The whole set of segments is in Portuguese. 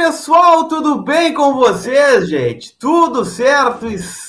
pessoal, tudo bem com vocês, gente? Tudo certo?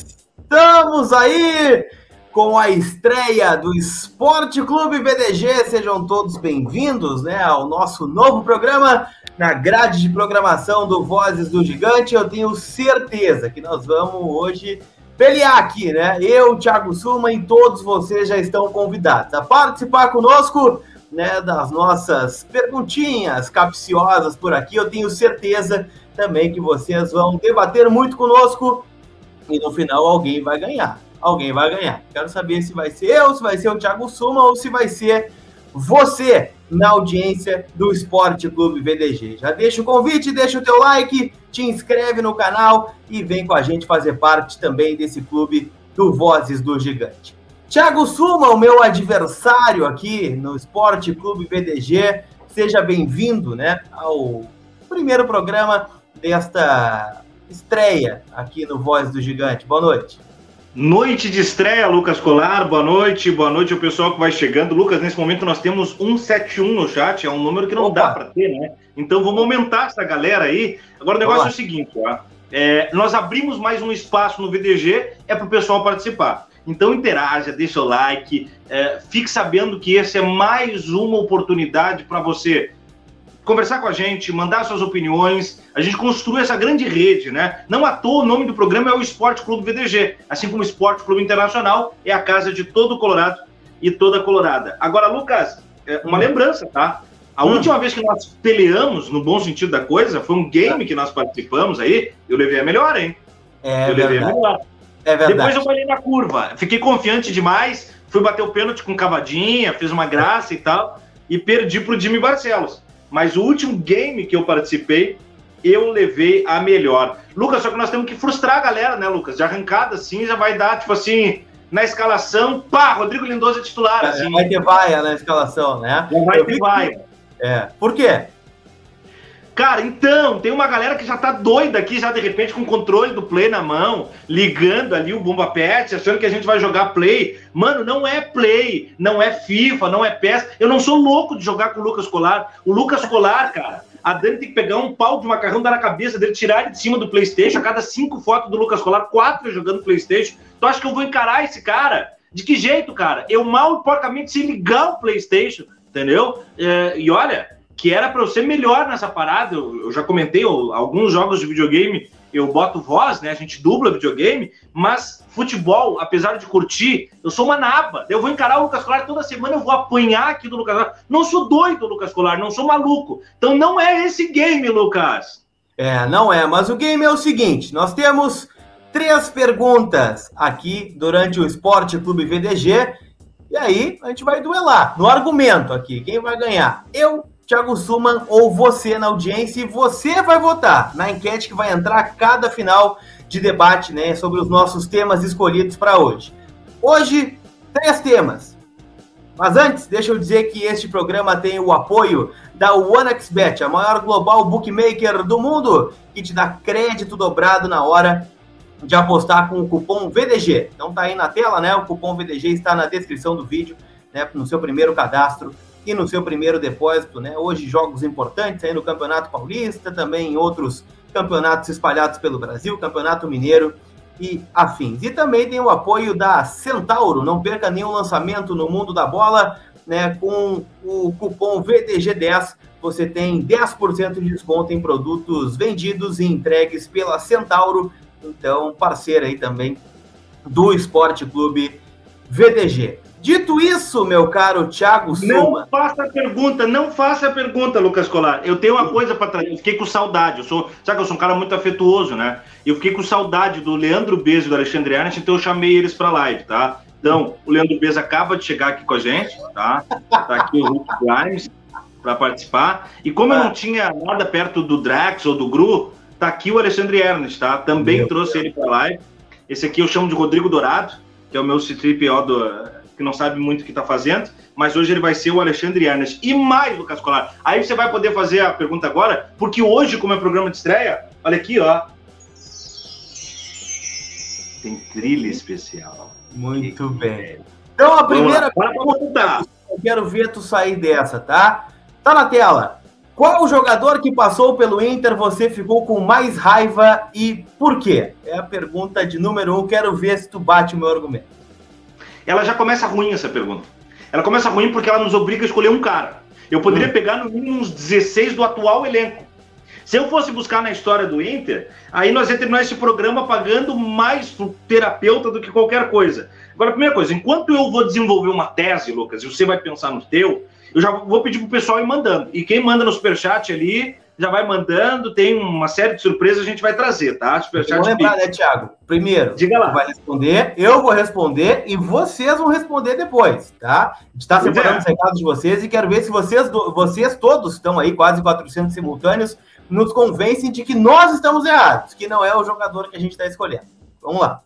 Estamos aí com a estreia do Esporte Clube VDG. Sejam todos bem-vindos, né, ao nosso novo programa na grade de programação do Vozes do Gigante. Eu tenho certeza que nós vamos hoje pelear aqui, né? Eu, Thiago Suma e todos vocês já estão convidados a participar conosco, né, das nossas perguntinhas capciosas por aqui. Eu tenho certeza também que vocês vão debater muito conosco e no final alguém vai ganhar. Alguém vai ganhar. Quero saber se vai ser eu, se vai ser o Thiago Suma ou se vai ser você na audiência do Esporte Clube VDG. Já deixa o convite, deixa o teu like, te inscreve no canal e vem com a gente fazer parte também desse clube do Vozes do Gigante. Thiago Suma, o meu adversário aqui no Esporte Clube VDG, seja bem-vindo, né, ao primeiro programa desta estreia aqui no Voz do Gigante. Boa noite. Noite de estreia, Lucas Colar, boa noite ao pessoal que vai chegando. Lucas, nesse momento nós temos 171 no chat, é um número que não dá para ter, né? Então vamos aumentar essa galera aí. Agora o negócio é o seguinte, ó, nós abrimos mais um espaço no VDG, é para o pessoal participar. Então interaja, deixa o like, fique sabendo que esse é mais uma oportunidade para você conversar com a gente, mandar suas opiniões, a gente construiu essa grande rede, né? Não à toa o nome do programa é o Esporte Clube VDG, assim como o Esporte Clube Internacional é a casa de todo Colorado e toda Colorada. Agora, Lucas, uma lembrança, tá? A última vez que nós peleamos, no bom sentido da coisa, foi um game que nós participamos aí, eu levei a melhor, hein? Levei a melhor. É verdade. Depois eu olhei na curva, fiquei confiante demais, fui bater o pênalti com cavadinha, fiz uma graça e tal, e perdi pro Jimmy Barcelos. Mas o último game que eu participei, eu levei a melhor. Lucas, só que nós temos que frustrar a galera, né, Lucas? De arrancada, assim, já vai dar, tipo assim, na escalação, pá, Rodrigo Lindoso é titular, assim. Vai ter vaia na escalação, né? Vai ter vaia. Por quê? Cara, então, tem uma galera que já tá doida aqui, já de repente com o controle do Play na mão, ligando ali o Bomba Pet, achando que a gente vai jogar Play. Mano, não é Play, não é FIFA, não é PES. Eu não sou louco de jogar com o Lucas Colar. O Lucas Colar, cara, a Dani tem que pegar um pau de macarrão, dar na cabeça dele, tirar ele de cima do PlayStation. A cada 5 fotos do Lucas Colar, 4 jogando PlayStation. Tu acha que eu vou encarar esse cara? De que jeito, cara? Eu mal e porcamente sei ligar o PlayStation, entendeu? E olha, que era para eu ser melhor nessa parada. Eu já comentei, alguns jogos de videogame eu boto voz, né? A gente dubla videogame, mas futebol, apesar de curtir, eu sou uma naba. Eu vou encarar o Lucas Colar toda semana, eu vou apanhar aqui do Lucas Colar. Não sou doido, Lucas Colar, não sou maluco. Então não é esse game, Lucas. Não é, mas o game é o seguinte, nós temos 3 perguntas aqui durante o Esporte Clube VDG, e aí a gente vai duelar no argumento aqui, quem vai ganhar? Eu, Thiago Suma ou você na audiência, e você vai votar na enquete que vai entrar a cada final de debate, né, sobre os nossos temas escolhidos para hoje. Hoje, 3 temas. Mas antes, deixa eu dizer que este programa tem o apoio da OneXBet, a maior global bookmaker do mundo, que te dá crédito dobrado na hora de apostar com o cupom VDG. Então tá aí na tela, né? O cupom VDG está na descrição do vídeo, né, no seu primeiro cadastro e no seu primeiro depósito, né? Hoje jogos importantes aí no Campeonato Paulista, também em outros campeonatos espalhados pelo Brasil, Campeonato Mineiro e afins. E também tem o apoio da Centauro, não perca nenhum lançamento no mundo da bola, né? Com o cupom VDG10, você tem 10% de desconto em produtos vendidos e entregues pela Centauro, então parceira aí também do Esporte Clube VDG. Dito isso, meu caro Thiago Suma... Não faça a pergunta, Lucas Colar. Eu tenho uma coisa para trazer, eu fiquei com saudade, sabe que eu sou um cara muito afetuoso, né? Eu fiquei com saudade do Leandro Bez e do Alexandre Ernest, então eu chamei eles para live, tá? Então, o Leandro Bez acaba de chegar aqui com a gente, tá? Tá aqui o Hulk Grimes para participar. E como eu não tinha nada perto do Drax ou do Gru, tá aqui o Alexandre Ernest, tá? Também trouxe ele para live. Esse aqui eu chamo de Rodrigo Dourado, que é o meu C3PO que não sabe muito o que está fazendo, mas hoje ele vai ser o Alexandre Ernest. E mais, Lucas Colar, aí você vai poder fazer a pergunta agora, porque hoje, como é programa de estreia, olha aqui, ó, tem trilha especial. Muito bem. Então, a primeira pergunta, eu quero ver tu sair dessa, tá? Tá na tela. Qual jogador que passou pelo Inter você ficou com mais raiva e por quê? É a pergunta de número 1, quero ver se tu bate o meu argumento. Ela já começa ruim, essa pergunta. Ela começa ruim porque ela nos obriga a escolher um cara. Eu poderia pegar no mínimo uns 16 do atual elenco. Se eu fosse buscar na história do Inter, aí nós ia terminar esse programa pagando mais pro terapeuta do que qualquer coisa. Agora, a primeira coisa, enquanto eu vou desenvolver uma tese, Lucas, e você vai pensar no teu, eu já vou pedir pro pessoal ir mandando. E quem manda no Superchat ali, já vai mandando, tem uma série de surpresas que a gente vai trazer, tá? Superchat. Vou lembrar, né, Thiago? Primeiro, diga lá. Tu vai responder, eu vou responder e vocês vão responder depois, tá? A gente tá separando os recados de vocês e quero ver se vocês todos estão aí, quase 400 simultâneos, nos convencem de que nós estamos errados, que não é o jogador que a gente está escolhendo. Vamos lá.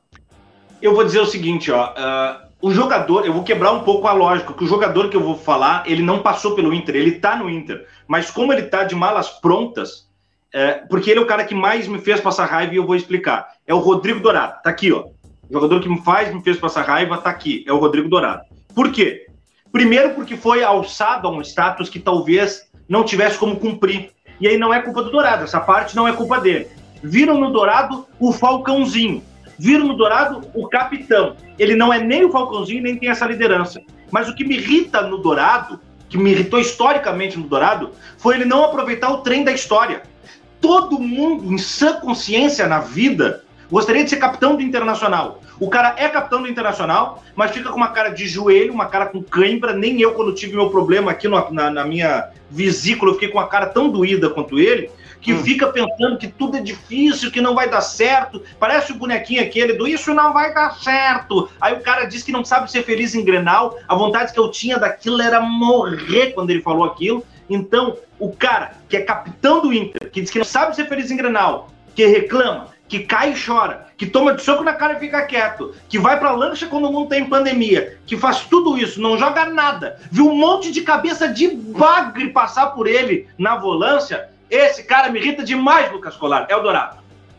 Eu vou dizer o seguinte, ó, o jogador, eu vou quebrar um pouco a lógica, que o jogador que eu vou falar, ele não passou pelo Inter, ele tá no Inter, mas como ele tá de malas prontas, porque ele é o cara que mais me fez passar raiva e eu vou explicar. É o Rodrigo Dourado, tá aqui, ó. O jogador que me fez passar raiva tá aqui, é o Rodrigo Dourado. Por quê? Primeiro porque foi alçado a um status que talvez não tivesse como cumprir. E aí não é culpa do Dourado, essa parte não é culpa dele. Viram no Dourado o Falcãozinho. Viram no Dourado o capitão. Ele não é nem o Falcãozinho, nem tem essa liderança. Mas o que me irrita no Dourado, que me irritou historicamente no Dourado, foi ele não aproveitar o trem da história. Todo mundo, em sã consciência na vida, gostaria de ser capitão do Internacional. O cara é capitão do Internacional, mas fica com uma cara de joelho, uma cara com cãibra. Nem eu, quando tive meu problema aqui na minha vesícula, eu fiquei com a cara tão doída quanto ele, que fica pensando que tudo é difícil, que não vai dar certo. Parece o bonequinho aquele do isso não vai dar certo. Aí o cara diz que não sabe ser feliz em Grenal. A vontade que eu tinha daquilo era morrer quando ele falou aquilo. Então, o cara que é capitão do Inter, que diz que não sabe ser feliz em Grenal, que reclama, que cai e chora, que toma de soco na cara e fica quieto, que vai pra lancha quando o mundo tá em pandemia, que faz tudo isso, não joga nada, viu um monte de cabeça de bagre passar por ele na volância, esse cara me irrita demais, Lucas Colar, é o Dourado.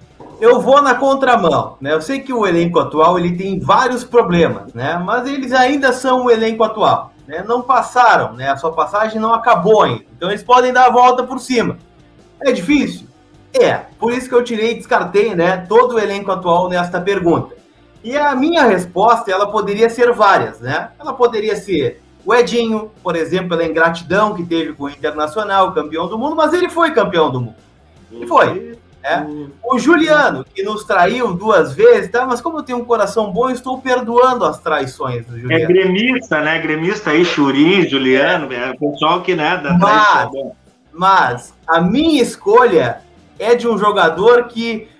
Eu vou na contramão, né? Eu sei que o elenco atual ele tem vários problemas, né? Mas eles ainda são o elenco atual, né? Não passaram, né? A sua passagem não acabou ainda, então eles podem dar a volta por cima. É difícil? Por isso que eu descartei, né, todo o elenco atual nesta pergunta. E a minha resposta, ela poderia ser várias, né? Ela poderia ser o Edinho, por exemplo, pela ingratidão que teve com o Internacional, campeão do mundo, mas ele foi campeão do mundo. E foi. Né? O Juliano, que nos traiu 2 vezes, tá? Mas como eu tenho um coração bom, eu estou perdoando as traições do Juliano. É gremista, né? Gremista aí, Churin, Juliano, é o pessoal que, né, da traição. Mas a minha escolha é de um jogador que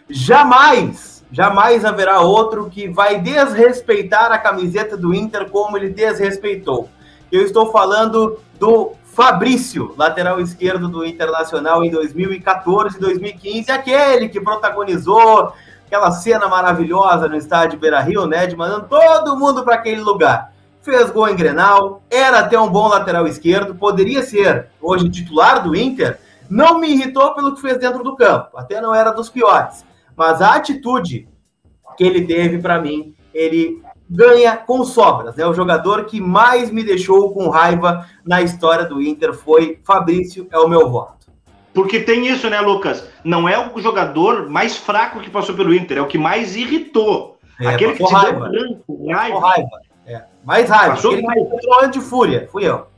jamais haverá outro que vai desrespeitar a camiseta do Inter como ele desrespeitou. Eu estou falando do Fabrício, lateral esquerdo do Internacional em 2014 e 2015, aquele que protagonizou aquela cena maravilhosa no estádio Beira-Rio, né, de mandando todo mundo para aquele lugar. Fez gol em Grenal, era até um bom lateral esquerdo, poderia ser hoje titular do Inter. Não me irritou pelo que fez dentro do campo, até não era dos piores. Mas a atitude que ele teve, para mim, ele ganha com sobras. Né? O jogador que mais me deixou com raiva na história do Inter foi Fabrício, é o meu voto. Porque tem isso, né, Lucas? Não é o jogador mais fraco que passou pelo Inter, é o que mais irritou. Aquele que te raiva. Deu raiva. Mais raiva. Passou Aquele mais. que entrou de fúria. Fui eu.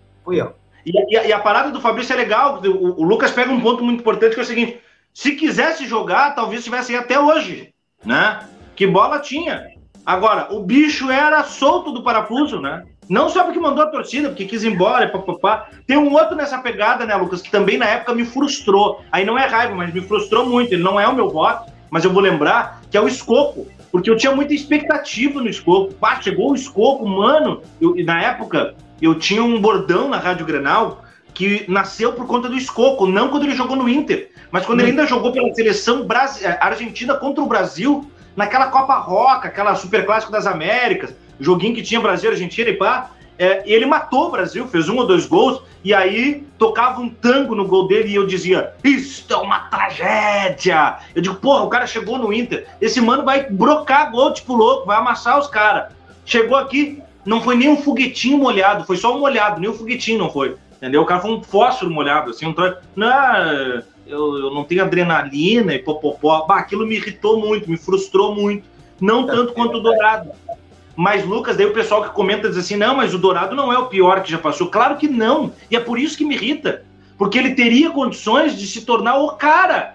E a parada do Fabrício é legal. O Lucas pega um ponto muito importante, que é o seguinte: se quisesse jogar, talvez tivesse até hoje, né? Que bola tinha. Agora, o bicho era solto do parafuso, né? Não só porque mandou a torcida, porque quis ir embora, papapá. Tem um outro nessa pegada, né, Lucas, que também na época me frustrou. Aí não é raiva, mas me frustrou muito. Ele não é o meu voto, mas eu vou lembrar que é o Escoco. Porque eu tinha muita expectativa no Escoco. Pá, chegou o Escoco, mano. Na época, eu tinha um bordão na Rádio Grenal que nasceu por conta do Escoco, não quando ele jogou no Inter, mas quando ele ainda jogou pela seleção argentina contra o Brasil, naquela Copa Roca, aquela Super Clássico das Américas, joguinho que tinha Brasil, Argentina e pá. Ele matou o Brasil, fez 1 ou 2 gols, e aí tocava um tango no gol dele e eu dizia, isso é uma tragédia. Eu digo, porra, o cara chegou no Inter, esse mano vai brocar gol tipo louco, vai amassar os caras. Chegou aqui, não foi nem um foguetinho molhado, foi só um molhado, nem um foguetinho não foi. entendeu? O cara foi um fósforo molhado, assim, não, eu não tenho adrenalina e popopó. Bah, aquilo me irritou muito, me frustrou muito, não tanto quanto o Dourado. Mas, Lucas, daí o pessoal que comenta diz assim, não, mas o Dourado não é o pior que já passou. Claro que não, e é por isso que me irrita, porque ele teria condições de se tornar o cara.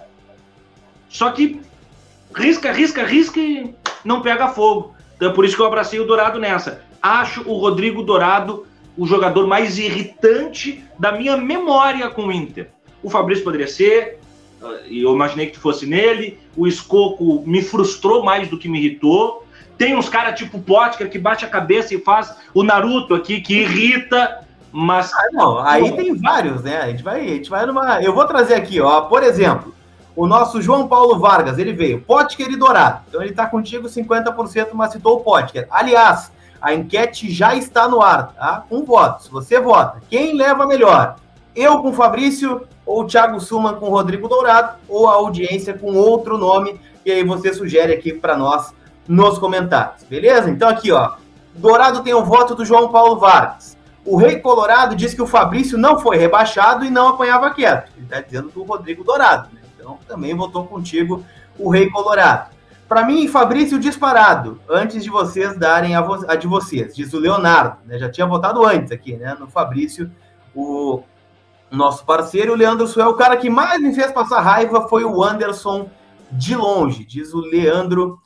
Só que risca e não pega fogo. Então é por isso que eu abracei o Dourado nessa. Acho o Rodrigo Dourado o jogador mais irritante da minha memória com o Inter. O Fabrício poderia ser, e eu imaginei que tu fosse nele. O Escoco me frustrou mais do que me irritou. Tem uns caras tipo Potker que bate a cabeça e faz o Naruto aqui, que irrita, mas... não, aí tem vários, né? A gente vai numa... Eu vou trazer aqui, ó, por exemplo, o nosso João Paulo Vargas, ele veio, Potker e Dourado. Então ele tá contigo 50%, mas citou o Potker. Aliás, a enquete já está no ar, tá? Com votos. Você vota. Quem leva melhor? Eu com o Fabrício, ou o Thiago Suman com o Rodrigo Dourado, ou a audiência com outro nome, e aí você sugere aqui para nós nos comentários, beleza? Então aqui, ó, Dourado tem o voto do João Paulo Vargas. O Rei Colorado diz que o Fabrício não foi rebaixado e não apanhava quieto. Ele tá dizendo do Rodrigo Dourado, né? Então também votou contigo o Rei Colorado. Para mim, Fabrício disparado, antes de vocês darem a de vocês, diz o Leonardo, né? Já tinha votado antes aqui, né? No Fabrício, o nosso parceiro, o Leandro Suel, o cara que mais me fez passar raiva foi o Anderson de longe, diz o Leandro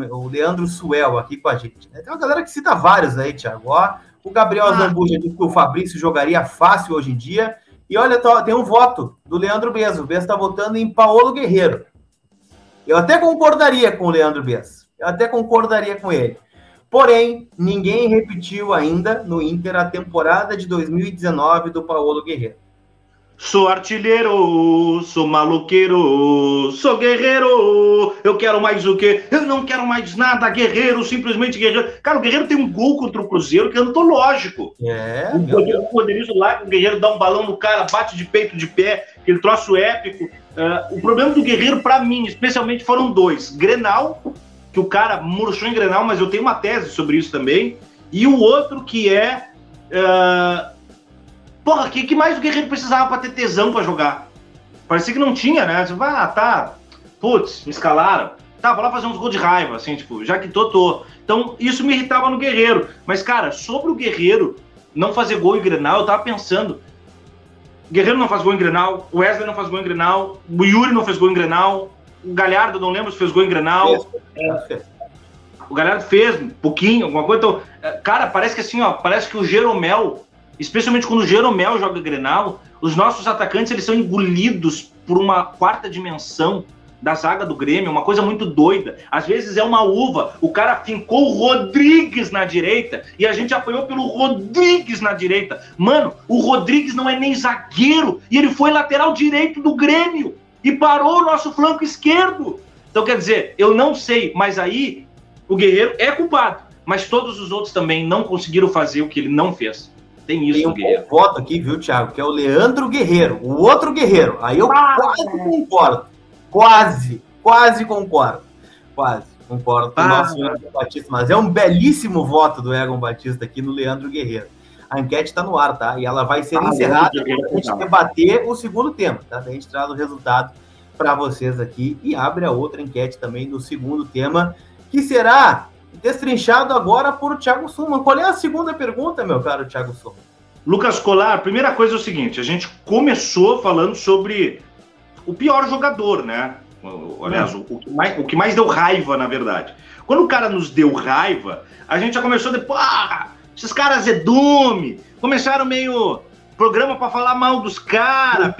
Suel aqui com a gente. Tem uma galera que cita vários aí, Thiago. Ó, o Gabriel Zambuja diz que o Fabrício jogaria fácil hoje em dia. E olha, tem um voto do Leandro Beza. O Beza está votando em Paulo Guerreiro. Eu até concordaria com o Leandro Beza. Eu até concordaria com ele. Porém, ninguém repetiu ainda no Inter a temporada de 2019 do Paulo Guerreiro. Sou artilheiro, sou maluqueiro, sou guerreiro, eu quero mais o quê? Eu não quero mais nada, guerreiro, simplesmente guerreiro. Cara, o Guerreiro tem um gol contra o Cruzeiro que é antológico. O poderio lá, o Guerreiro dá um balão no cara, bate de peito de pé, aquele troço épico. O problema do Guerreiro, pra mim, especialmente, foram dois. Grenal, que o cara murchou em Grenal, mas eu tenho uma tese sobre isso também. E o outro que é... Porra, o que mais o Guerreiro precisava pra ter tesão pra jogar? Parecia que não tinha, né? Você vai, putz, me escalaram. Tá, vou lá fazer uns gols de raiva, assim, tipo, já que tô. Então, isso me irritava no Guerreiro. Mas, cara, sobre o Guerreiro não fazer gol em Grenal, eu tava pensando, o Guerreiro não faz gol em Grenal, o Wesley não faz gol em Grenal, o Yuri não fez gol em Grenal, o Galhardo, não lembro se fez gol em Grenal. O Galhardo fez um pouquinho, alguma coisa. Então, cara, parece que assim, ó, parece que o Jeromel... Especialmente quando o Jeromel joga Grenal, os nossos atacantes eles são engolidos por uma quarta dimensão da zaga do Grêmio, uma coisa muito doida. Às vezes é uma uva, o cara fincou o Rodrigues na direita e a gente apanhou pelo Rodrigues na direita. Mano, o Rodrigues não é nem zagueiro e ele foi lateral direito do Grêmio e parou o nosso flanco esquerdo. Então, quer dizer, eu não sei, mas aí o Guerreiro é culpado, mas todos os outros também não conseguiram fazer o que ele não fez. Tem isso, tem um voto aqui, viu, Thiago? Que é o Leandro Guerreiro, o outro Guerreiro. Aí eu quase concordo. Quase concordo. Quase concordo com o nosso Egon Batista. Mas é um belíssimo voto do Egon Batista aqui no Leandro Guerreiro. A enquete está no ar, tá? E ela vai ser encerrada para a gente debater o segundo tema, tá? Daí a gente traz o resultado para vocês aqui e abre a outra enquete também do segundo tema, que será destrinchado agora por Thiago Suman. Qual é a segunda pergunta, meu caro Thiago Suman? Lucas Colar, a primeira coisa é o seguinte, a gente começou falando sobre o pior jogador, né? Aliás, o que mais deu raiva, na verdade. Quando o cara nos deu raiva, a gente já começou depois, esses caras é dume, começaram meio programa para falar mal dos caras,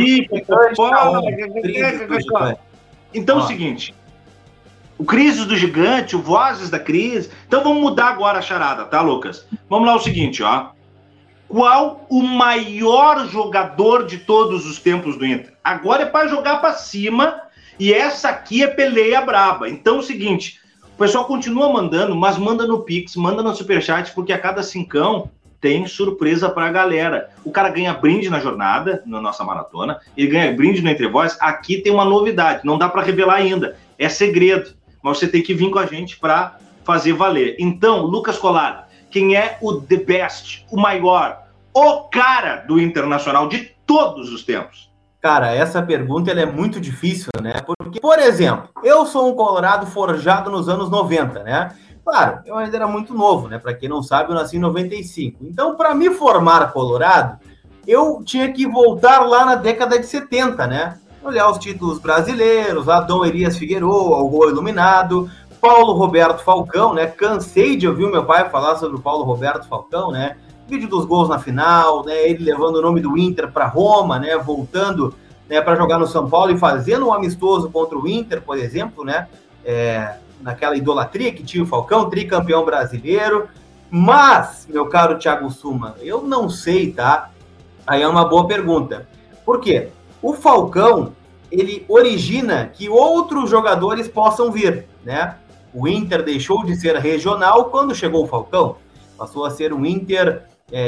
Então é o seguinte, o Crises do Gigante, o Vozes da Crise. Então vamos mudar agora a charada, tá, Lucas? Vamos lá o seguinte, ó. Qual o maior jogador de todos os tempos do Inter? Agora é para jogar para cima e essa aqui é peleia braba. Então é o seguinte, o pessoal continua mandando, mas manda no Pix, manda no Superchat, porque a cada cincão tem surpresa pra galera. O cara ganha brinde na jornada, na nossa maratona, ele ganha brinde no Entre Voz. Aqui tem uma novidade, não dá para revelar ainda, é segredo. Mas você tem que vir com a gente para fazer valer. Então, Lucas Colar, quem é o the best, o maior, o cara do Internacional de todos os tempos? Cara, essa pergunta ela é muito difícil, né? Porque, por exemplo, eu sou um colorado forjado nos anos 90, né? Claro, eu ainda era muito novo, né? Para quem não sabe, eu nasci em 95. Então, para me formar colorado, eu tinha que voltar lá na década de 70, né? Olhar os títulos brasileiros, Adão Elias Figueiredo, o Gol Iluminado, Paulo Roberto Falcão, né? Cansei de ouvir o meu pai falar sobre o Paulo Roberto Falcão, né? Vídeo dos gols na final, né? Ele levando o nome do Inter para Roma, né? Voltando, né, para jogar no São Paulo e fazendo um amistoso contra o Inter, por exemplo, né? Naquela idolatria que tinha o Falcão, tricampeão brasileiro. Mas, meu caro Thiago Suma, eu não sei, tá? Aí é uma boa pergunta. Por quê? O Falcão, ele origina que outros jogadores possam vir, né? O Inter deixou de ser regional quando chegou o Falcão. Passou a ser um Inter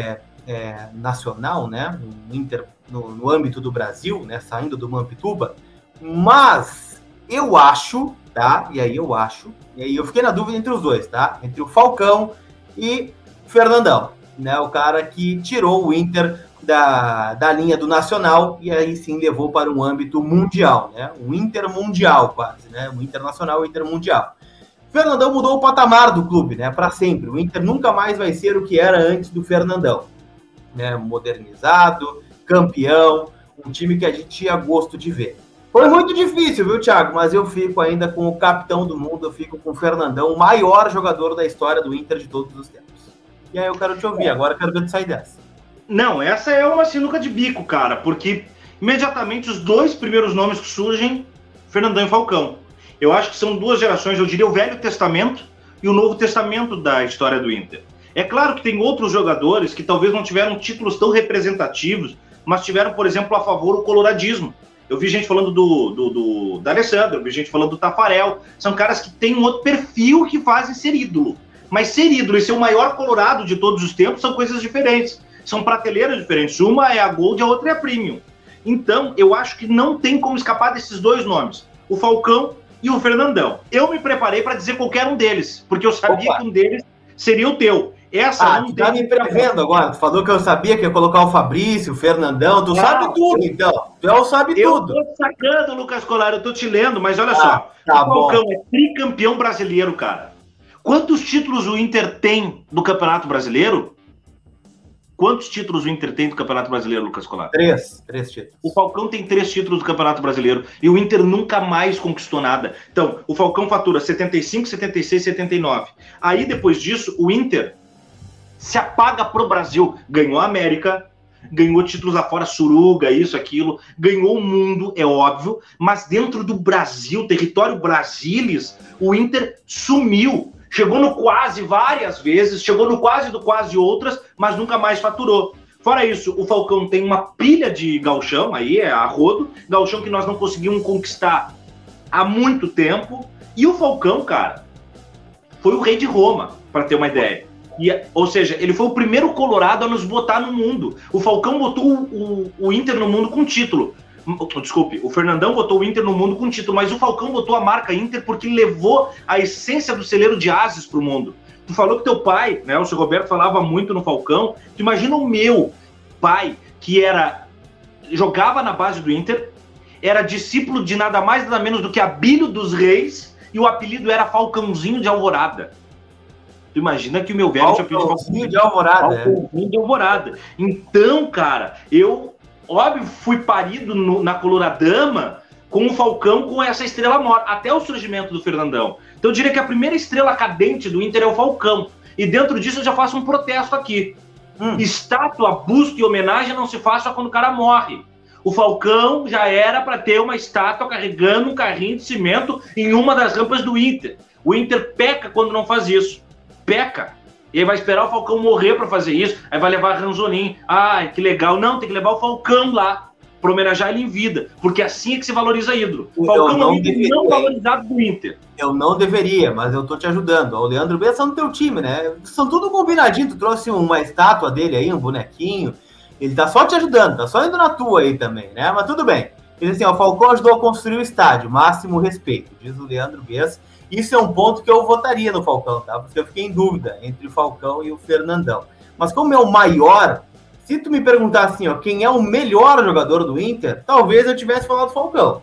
nacional, né? Um Inter no âmbito do Brasil, né? Saindo do Mampituba. Mas eu acho, tá? E aí eu fiquei na dúvida entre os dois, tá? Entre o Falcão e o Fernandão, né? O cara que tirou o Inter da linha do Nacional e aí sim levou para um âmbito mundial, né? Um Inter mundial quase, né? Um Internacional e Inter mundial. Fernandão mudou o patamar do clube, né? Para sempre. O Inter nunca mais vai ser o que era antes do Fernandão, né? Modernizado, campeão, um time que a gente tinha gosto de ver. Foi muito difícil, viu, Thiago? Mas eu fico ainda com o capitão do mundo, eu fico com o Fernandão, o maior jogador da história do Inter de todos os tempos. E aí eu quero te ouvir, agora eu quero ver tu sair dessa. Não, essa é uma sinuca de bico, cara, porque imediatamente os dois primeiros nomes que surgem, Fernandão e Falcão. Eu acho que são duas gerações, eu diria o Velho Testamento e o Novo Testamento da história do Inter. É claro que tem outros jogadores que talvez não tiveram títulos tão representativos, mas tiveram, por exemplo, a favor o coloradismo. Eu vi gente falando do Alessandro, eu vi gente falando do Tafarel. São caras que têm um outro perfil que fazem ser ídolo. Mas ser ídolo e ser o maior colorado de todos os tempos são coisas diferentes. São prateleiras diferentes. Uma é a Gold e a outra é a Premium. Então, eu acho que não tem como escapar desses dois nomes. O Falcão e o Fernandão. Eu me preparei para dizer qualquer um deles, porque eu sabia que um deles seria o teu. Essa não tu tá me prevendo agora. Tu falou que eu sabia que ia colocar o Fabrício, o Fernandão. Tu sabe tudo, então. Tu sabe tudo. Eu tô sacando, Lucas Colar, eu tô te lendo, mas olha só. Tá, o Falcão é tricampeão brasileiro, cara. Quantos títulos o Inter tem do Campeonato Brasileiro? Quantos títulos o Inter tem do Campeonato Brasileiro, Lucas Colar? 3 títulos. O Falcão tem 3 títulos do Campeonato Brasileiro e o Inter nunca mais conquistou nada. Então, o Falcão fatura 75, 76, 79. Aí, depois disso, o Inter se apaga pro Brasil. Ganhou a América, ganhou títulos lá fora, Suruga, isso, aquilo, ganhou o mundo, é óbvio, mas dentro do Brasil, território Brasilis, o Inter sumiu. Chegou no quase várias vezes, chegou no quase do quase outras, mas nunca mais faturou. Fora isso, o Falcão tem uma pilha de gauchão, aí é a rodo, gauchão que nós não conseguimos conquistar há muito tempo, e o Falcão, cara, foi o rei de Roma, para ter uma ideia. Ou seja, ele foi o primeiro colorado a nos botar no mundo. O Falcão botou o Inter no mundo com título. Desculpe, o Fernandão botou o Inter no mundo com título, mas o Falcão botou a marca Inter porque levou a essência do celeiro de ases pro mundo. Tu falou que teu pai, né, o seu Roberto falava muito no Falcão. Tu imagina o meu pai, que jogava na base do Inter, era discípulo de nada mais nada menos do que Abílio dos Reis, e o apelido era Falcãozinho de Alvorada. Tu imagina que o meu velho tinha apelido Falcãozinho de Alvorada. Falcãozinho de Alvorada. Então, cara, eu, óbvio, fui parido na Coloradama com o Falcão, com essa estrela maior, até o surgimento do Fernandão. Então eu diria que a primeira estrela cadente do Inter é o Falcão. E dentro disso eu já faço um protesto aqui. Estátua, busto e homenagem não se faz só quando o cara morre. O Falcão já era para ter uma estátua carregando um carrinho de cimento em uma das rampas do Inter. O Inter peca quando não faz isso. Peca. E aí vai esperar o Falcão morrer para fazer isso. Aí vai levar Ranzolin. Ah, que legal. Não, tem que levar o Falcão lá para homenagear ele em vida. Porque assim é que se valoriza ídolo. O Falcão é um ídolo não valorizado do Inter. Eu não deveria, mas eu tô te ajudando. O Leandro Bessa é no teu time, né? São tudo combinadinho. Tu trouxe uma estátua dele aí, um bonequinho. Ele tá só te ajudando, tá só indo na tua aí também, né? Mas tudo bem. Ele assim, ó, o Falcão ajudou a construir o estádio. Máximo respeito, diz o Leandro Bessa. Isso é um ponto que eu votaria no Falcão, tá? Porque eu fiquei em dúvida entre o Falcão e o Fernandão. Mas como é o maior, Se tu me perguntar assim, ó, quem é o melhor jogador do Inter, talvez eu tivesse falado Falcão.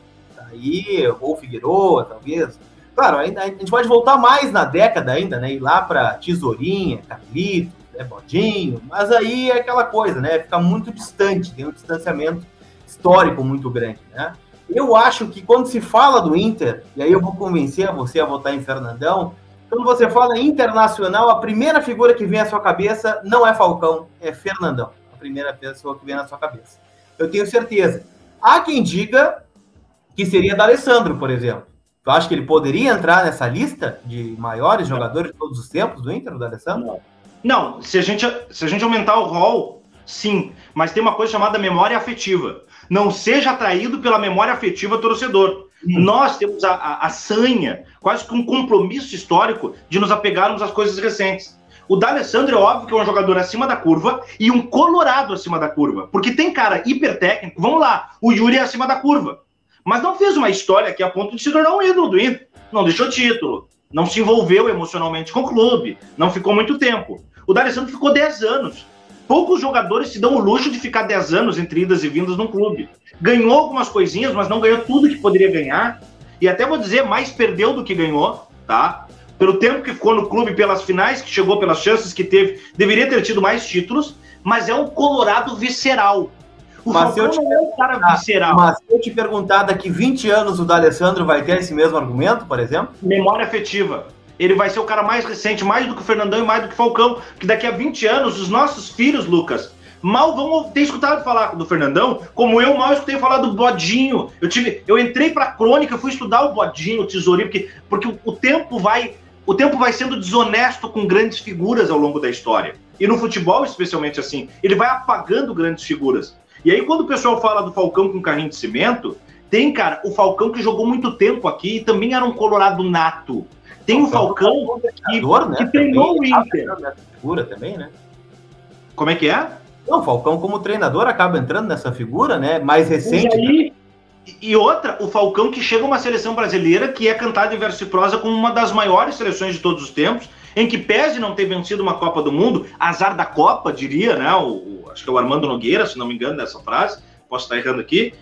Aí, ou Figueiredo, talvez. Claro, a gente pode voltar mais na década ainda, né? Ir lá para Tesourinha, Carlito, né, Bodinho, mas aí é aquela coisa, né? Fica muito distante, tem um distanciamento histórico muito grande, né? Eu acho que quando se fala do Inter, e aí eu vou convencer você a votar em Fernandão, quando você fala internacional, a primeira figura que vem à sua cabeça não é Falcão, é Fernandão. A primeira pessoa que vem na sua cabeça. Eu tenho certeza. Há quem diga que seria D'Alessandro, por exemplo. Tu acha que ele poderia entrar nessa lista de maiores jogadores de todos os tempos do Inter, o D'Alessandro? Não, se a gente aumentar o rol, sim. Mas tem uma coisa chamada memória afetiva. Não seja atraído pela memória afetiva torcedor. Nós temos a sanha, quase que um compromisso histórico de nos apegarmos às coisas recentes. O D'Alessandro é óbvio que é um jogador acima da curva e um colorado acima da curva. Porque tem cara hiper técnico, vamos lá, o Yuri é acima da curva. Mas não fez uma história que é a ponto de se tornar um ídolo do Inter. Não deixou título, não se envolveu emocionalmente com o clube, não ficou muito tempo. O D'Alessandro ficou 10 anos. Poucos jogadores se dão o luxo de ficar 10 anos entre idas e vindas num clube. Ganhou algumas coisinhas, mas não ganhou tudo que poderia ganhar. E até vou dizer, mais perdeu do que ganhou, tá? Pelo tempo que ficou no clube, pelas finais que chegou, pelas chances que teve, deveria ter tido mais títulos, mas é um colorado visceral. O Falcão não é um cara visceral. Mas se eu te perguntar, daqui 20 anos o D'Alessandro vai ter esse mesmo argumento, por exemplo? Memória afetiva. Ele vai ser o cara mais recente, mais do que o Fernandão e mais do que o Falcão, que daqui a 20 anos, os nossos filhos, Lucas, mal vão ter escutado falar do Fernandão, como eu mal escutei falar do Bodinho. Eu entrei pra crônica, fui estudar o Bodinho, o Tesourinho, porque o tempo vai sendo desonesto com grandes figuras ao longo da história. E no futebol, especialmente assim, ele vai apagando grandes figuras. E aí, quando o pessoal fala do Falcão com carrinho de cimento, tem, cara, o Falcão que jogou muito tempo aqui e também era um colorado nato. Tem o Falcão que treinou o Inter. Figura também, né? Como é que é? Não, o Falcão como treinador acaba entrando nessa figura, né? Mais recente. E outra, o Falcão que chega a uma seleção brasileira que é cantada em verso e prosa como uma das maiores seleções de todos os tempos, em que pese não ter vencido uma Copa do Mundo, azar da Copa, diria, né? Acho que é o Armando Nogueira, se não me engano, dessa frase, posso estar errando aqui,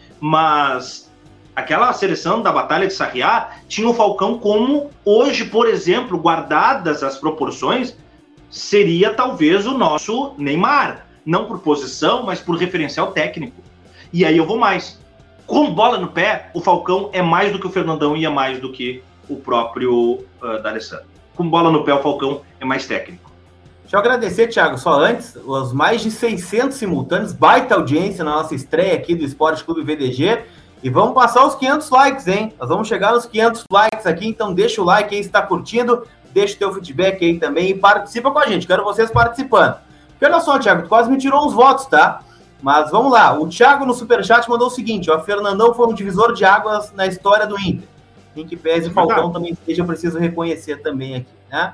mas aquela seleção da Batalha de Sarriá tinha o Falcão como, hoje, por exemplo, guardadas as proporções, seria talvez o nosso Neymar. Não por posição, mas por referencial técnico. E aí eu vou mais. Com bola no pé, o Falcão é mais do que o Fernandão e é mais do que o próprio D'Alessandro. Com bola no pé, o Falcão é mais técnico. Deixa eu agradecer, Thiago, só antes, os mais de 600 simultâneos, baita audiência na nossa estreia aqui do Esporte Clube VDG. E vamos passar os 500 likes, hein? Nós vamos chegar nos 500 likes aqui, então deixa o like aí se está curtindo, deixa o teu feedback aí também e participa com a gente, quero vocês participando. Porque olha só, Thiago, tu quase me tirou uns votos, tá? Mas vamos lá, o Thiago no Superchat mandou o seguinte, ó, Fernandão foi um divisor de águas na história do Inter. Em que pese o Falcão também seja, eu preciso reconhecer também aqui, né?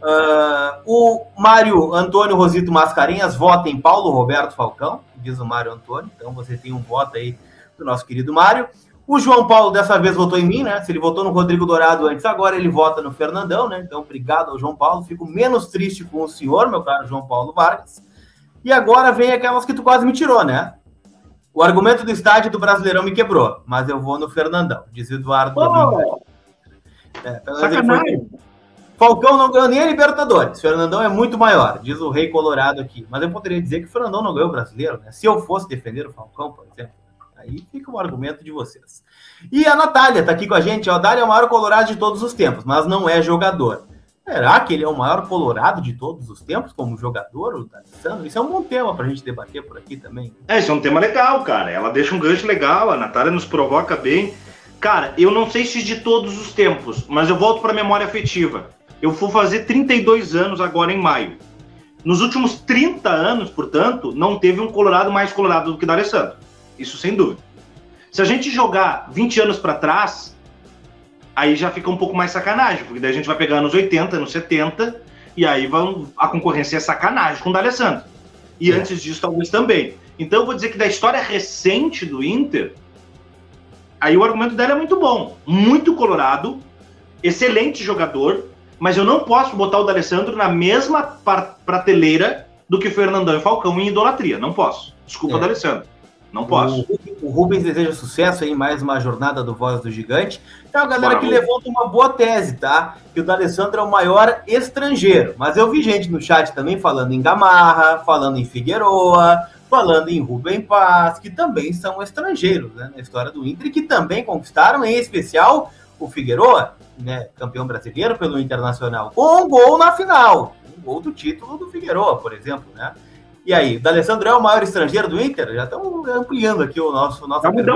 O Mário Antônio Rosito Mascarenhas vota em Paulo Roberto Falcão, diz o Mário Antônio, então você tem um voto aí do nosso querido Mário. O João Paulo dessa vez votou em mim, né? Se ele votou no Rodrigo Dourado antes, agora ele vota no Fernandão, né? Então, obrigado ao João Paulo. Fico menos triste com o senhor, meu caro João Paulo Vargas. E agora vem aquelas que tu quase me tirou, né? O argumento do estádio do Brasileirão me quebrou, mas eu vou no Fernandão, diz Eduardo. Sacanagem. Falcão não ganhou nem a Libertadores. Fernandão é muito maior, diz o Rei Colorado aqui. Mas eu poderia dizer que o Fernandão não ganhou o Brasileiro, né? Se eu fosse defender o Falcão, por exemplo. Aí fica o argumento de vocês. E a Natália tá aqui com a gente. A Natália é o maior colorado de todos os tempos, mas não é jogador. Será que ele é o maior colorado de todos os tempos como jogador, o D'Alessandro? Isso é um bom tema pra gente debater por aqui também. Isso é um tema legal, cara. Ela deixa um gancho legal, a Natália nos provoca bem. Cara, eu não sei se de todos os tempos, mas eu volto pra memória afetiva. Eu vou fazer 32 anos agora em maio. Nos últimos 30 anos, portanto, não teve um colorado mais colorado do que o D'Alessandro. Isso sem dúvida. Se a gente jogar 20 anos para trás, aí já fica um pouco mais sacanagem, porque daí a gente vai pegar anos 80, anos 70, e aí a concorrência é sacanagem com o D'Alessandro. E antes disso, talvez também. Então eu vou dizer que da história recente do Inter, aí o argumento dela é muito bom. Muito colorado, excelente jogador, mas eu não posso botar o D'Alessandro na mesma prateleira do que Fernandão e Falcão em idolatria. Não posso. Desculpa, D'Alessandro. Não posso. O Rubens deseja sucesso em mais uma jornada do Voz do Gigante. Então a galera que levanta uma boa tese, tá? Que o D'Alessandro é o maior estrangeiro. Mas eu vi gente no chat também falando em Gamarra, falando em Figueroa, falando em Rubem Paz, que também são estrangeiros, né, na história do Inter, e que também conquistaram, em especial, o Figueroa, né, campeão brasileiro pelo Internacional, com um gol na final. Um gol do título do Figueroa, por exemplo, né? E aí, o D'Alessandro é o maior estrangeiro do Inter? Já estamos ampliando aqui o nosso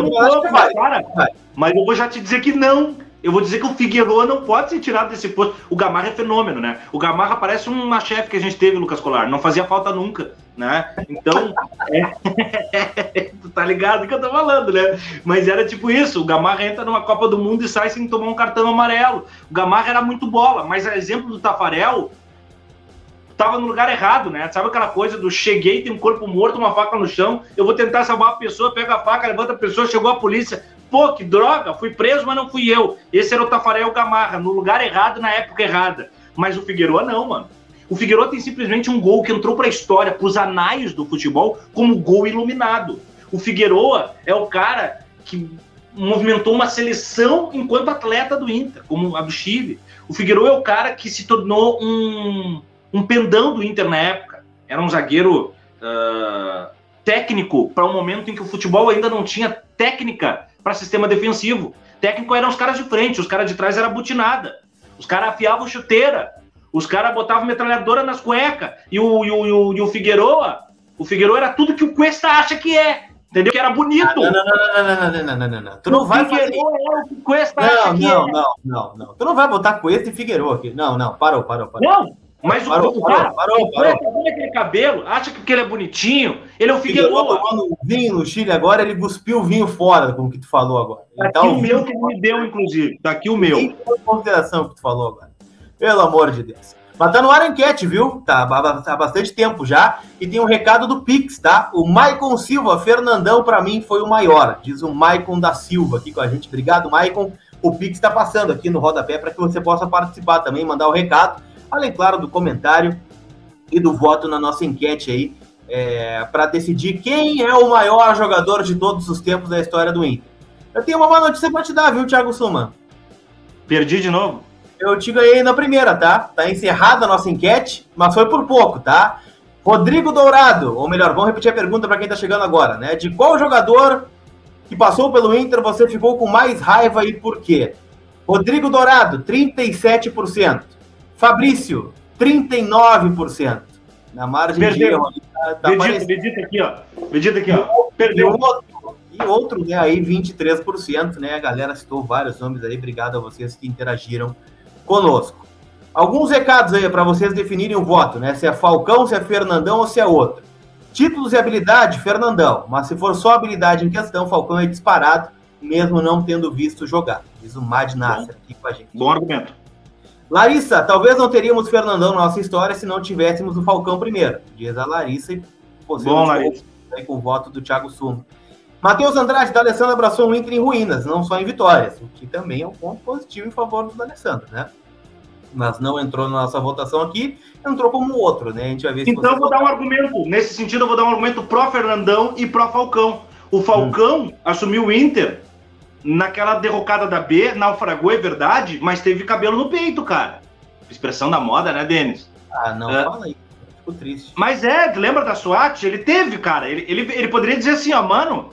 mas eu vou já te dizer que não. Eu vou dizer que o Figueroa não pode ser tirado desse posto. O Gamarra é fenômeno, né? O Gamarra parece uma chefe que a gente teve, Lucas Colar. Não fazia falta nunca, né? Então, tu tá ligado do que eu tô falando, né? Mas era tipo isso. O Gamarra entra numa Copa do Mundo e sai sem tomar um cartão amarelo. O Gamarra era muito bola, mas a exemplo do Tafarel, tava no lugar errado, né? Sabe aquela coisa do cheguei, tem um corpo morto, uma faca no chão, eu vou tentar salvar a pessoa, pega a faca, levanta a pessoa, chegou a polícia. Pô, que droga, fui preso, mas não fui eu. Esse era o Tafarel Gamarra, no lugar errado, na época errada. Mas o Figueroa não, mano. O Figueroa tem simplesmente um gol que entrou pra história, pros anais do futebol, como gol iluminado. O Figueroa é o cara que movimentou uma seleção enquanto atleta do Inter, como a do Chile. O Figueroa é o cara que se tornou um pendão do Inter na época. Era um zagueiro técnico para um momento em que o futebol ainda não tinha técnica para sistema defensivo. Técnico eram os caras de frente, os caras de trás era butinada. Os caras afiavam chuteira, os caras botavam metralhadora nas cuecas. E o Figueroa era tudo que o Cuesta acha que é. Entendeu? Que era bonito. Não. Tu não vai fazer... é o que o Cuesta acha que é. Não. Tu não vai botar Cuesta e Figueroa aqui. Não. Parou. Não. Mas parou. Aquele cabelo, acha que porque ele é bonitinho, ele é o Figueroa. Tomando vinho no Chile agora, ele cuspiu o vinho fora, como que tu falou agora. Tá aqui o meu que ele me deu, inclusive. Tá aqui o meu. Tem consideração que tu falou agora. Pelo amor de Deus. Mas tá no ar a enquete, viu? Tá há bastante tempo já. E tem um recado do Pix, tá? O Maicon Silva, Fernandão, pra mim, foi o maior. Diz o Maicon da Silva aqui com a gente. Obrigado, Maicon. O Pix tá passando aqui no rodapé para que você possa participar também, mandar o recado. Além, claro, do comentário e do voto na nossa enquete aí, para decidir quem é o maior jogador de todos os tempos da história do Inter. Eu tenho uma má notícia para te dar, viu, Thiago Suman? Perdi de novo? Eu te ganhei na primeira, tá? Tá encerrada a nossa enquete, mas foi por pouco, tá? Rodrigo Dourado, ou melhor, vamos repetir a pergunta para quem tá chegando agora, né? De qual jogador que passou pelo Inter você ficou com mais raiva e por quê? Rodrigo Dourado, 37%. Fabrício, 39%. Na margem Perdeu. de erro. Tá Medita aqui, ó. Perdeu. E outro, né, aí 23%, né? A galera citou vários nomes aí. Obrigado a vocês que interagiram conosco. Alguns recados aí para vocês definirem o voto, né? Se é Falcão, se é Fernandão ou se é outro. Títulos e habilidade, Fernandão. Mas se for só habilidade em questão, Falcão é disparado, mesmo não tendo visto jogar. Diz o Mad Nasser aqui com a gente. Bom argumento. Larissa, talvez não teríamos Fernandão na nossa história se não tivéssemos o Falcão primeiro. Diz a Larissa e bom, Larissa. Aí com o voto do Thiago Sumo. Matheus Andrade, D'Alessandro abraçou o Inter em ruínas, não só em vitórias, o que também é um ponto positivo em favor do D'Alessandro, né? Mas não entrou na nossa votação aqui, entrou como outro, né? A gente vai ver se então eu vou dar um argumento, nesse sentido eu vou dar um argumento pró Fernandão e pró Falcão. O Falcão assumiu o Inter naquela derrocada da B, naufragou, é verdade, mas teve cabelo no peito, cara. Expressão da moda, né, Denis? Fala aí, fico triste. Mas lembra da SWAT? Ele teve, cara, ele poderia dizer assim, ó, mano,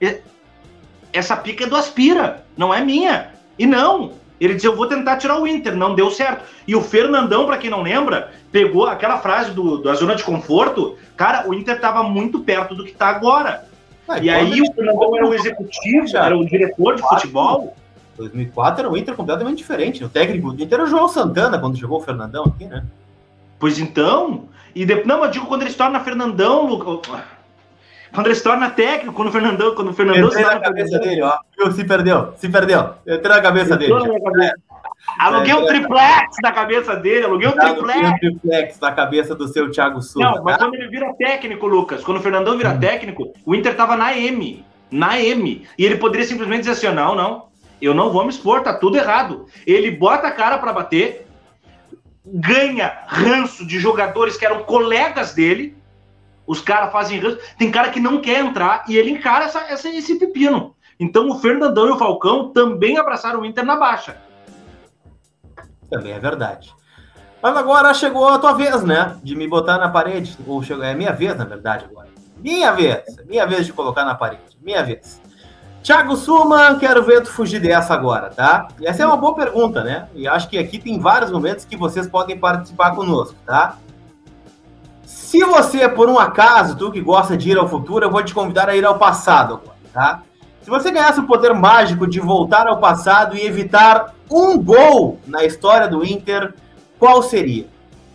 essa pica é do Aspira, não é minha. E não, ele disse, eu vou tentar tirar o Inter, não deu certo. E o Fernandão, pra quem não lembra, pegou aquela frase da zona de conforto, cara, o Inter tava muito perto do que tá agora. E aí o Fernandão era o executivo, era o diretor de futebol. 2004 era um Inter completamente diferente. O técnico do Inter era o João Santana, quando chegou o Fernandão aqui, né? Pois então. Não, eu digo quando ele se torna Fernandão, quando ele se torna técnico, quando o Fernandão se torna na cabeça dele, ó. Se perdeu. Entrou na cabeça dele. Aluguei um triplex na cabeça dele, aluguei um triplex na cabeça do seu Thiago Souza. Não, mas quando ele vira técnico, Lucas, quando o Fernandão vira técnico, o Inter tava na M. E ele poderia simplesmente dizer assim, não, eu não vou me expor, tá tudo errado. Ele bota a cara pra bater, ganha ranço de jogadores que eram colegas dele, os caras fazem ranço, tem cara que não quer entrar e ele encara esse pepino. Então o Fernandão e o Falcão também abraçaram o Inter na baixa. Também é verdade. Mas agora chegou a tua vez, né? De me botar na parede. Ou chegou... É minha vez, na verdade, agora. Minha vez de colocar na parede. Minha vez. Thiago Suman, quero ver tu fugir dessa agora, tá? E essa é uma boa pergunta, né? E acho que aqui tem vários momentos que vocês podem participar conosco, tá? Se você, por um acaso, tu que gosta de ir ao futuro, eu vou te convidar a ir ao passado agora, tá? Se você ganhasse o poder mágico de voltar ao passado e evitar um gol na história do Inter, qual seria?